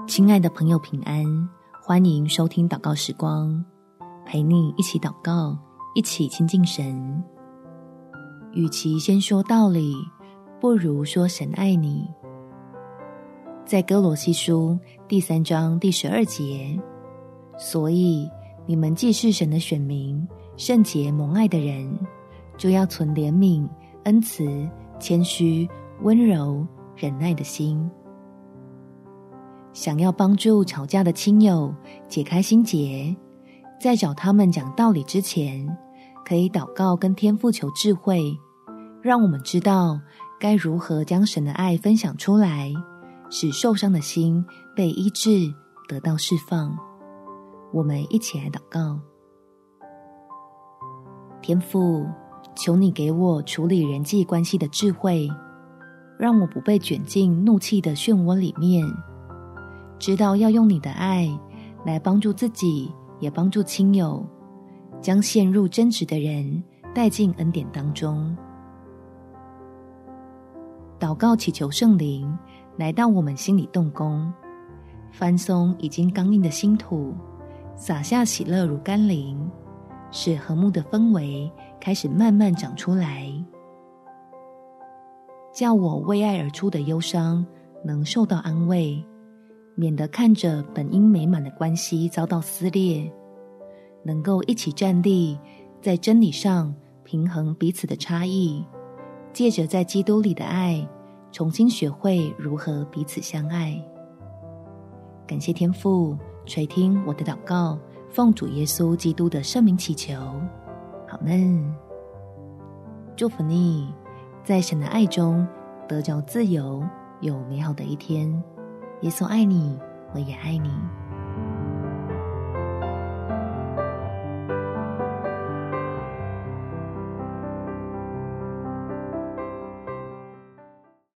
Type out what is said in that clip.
亲爱的朋友平安，欢迎收听祷告时光，陪你一起祷告，一起亲近神。与其先说道理，不如说神爱你。在哥罗西书第3章第12节，所以你们既是神的选民，圣洁蒙爱的人，就要存怜悯、恩慈、谦虚、温柔、忍耐的心。想要帮助吵架的亲友解开心结，在找他们讲道理之前，可以祷告跟天父求智慧，让我们知道该如何将神的爱分享出来，使受伤的心被医治，得到释放。我们一起来祷告。天父，求你给我处理人际关系的智慧，让我不被卷进怒气的漩涡里面，知道要用你的爱来帮助自己，也帮助亲友，将陷入争执的人带进恩典当中。祷告祈求圣灵来到我们心里动工，翻松已经刚硬的心土，撒下喜乐如甘霖，使和睦的氛围开始慢慢长出来，叫我为爱而出的忧伤能受到安慰，免得看着本应美满的关系遭到撕裂，能够一起站立，在真理上平衡彼此的差异，借着在基督里的爱，重新学会如何彼此相爱。感谢天父垂听我的祷告，奉主耶稣基督的圣名祈求，阿们。祝福你在神的爱中得着自由，有美好的一天。耶稣爱你，我也爱你。